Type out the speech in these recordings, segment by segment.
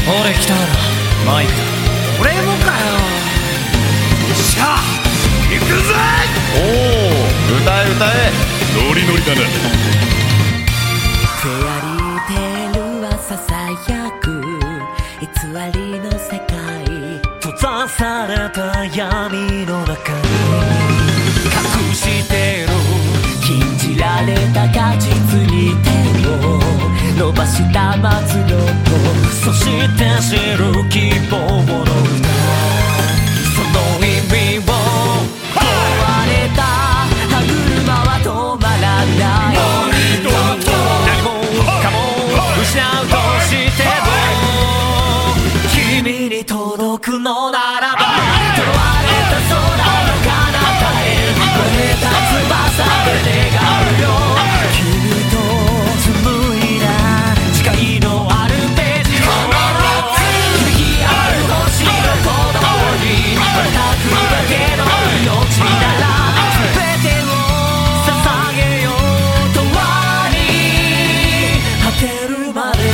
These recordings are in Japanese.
俺北原マイクだ。 俺もかよ。よっしゃ行くぜ。 おお、歌え歌え。ノリノリだな。 フェアリーテールはささやく偽りの世界、閉ざされた闇の中に隠してる禁じられた果実に手を伸ばした末路と、そして知る希望の歌、その意味を壊れた歯車は止まらない。何もかも失うとしても君に届くのならば、囚われた空の彼方へ燃えた翼で願うよ。君と紡いだ誓いのあるページを響き合う星の鼓動に叩くだけの命なら全てを捧げよう。永遠に果てるまで。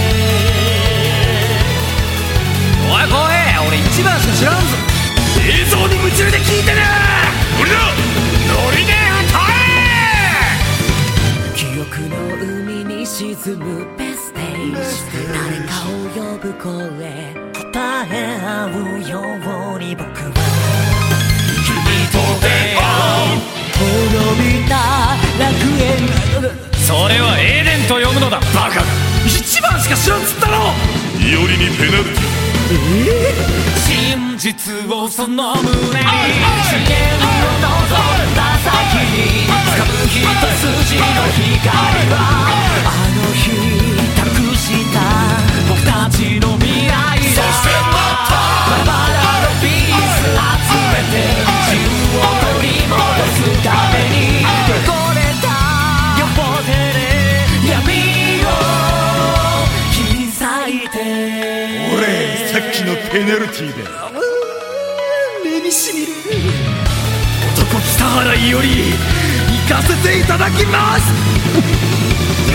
おい浩平、俺一番しか知らんぞ。映像に夢中で聞いてね。俺だノリで歌え。 記憶の海に沈むベステージ、誰かを呼ぶ声、答え合うように僕は君と出会う。滅びた楽園、 それはエデンと呼ぶのだ。 バカが一番しか知らんつったろ。 いおりにペナルティ。 真実をその胸に、茂みを望んだ先に掴む一筋の光は、あの日託した僕たちの未来だ。そしてまたバラバラのピース集めて自由を取り戻すために、汚れた横手で闇を切り裂いて。 俺さっきのペナルティで目にしみる。男北原伊織行かせていただきます。 ほ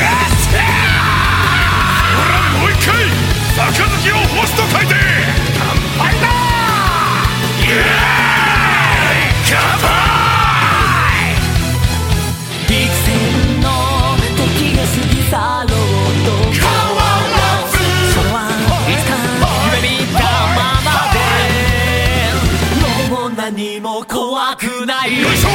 らもう一回杯をホスト書いて乾杯だ。イエーイ乾杯。 幾千の時が過ぎ去ろうと変わらず、それはいつか夢見たままで、もう何も怖くない。 よいしょ。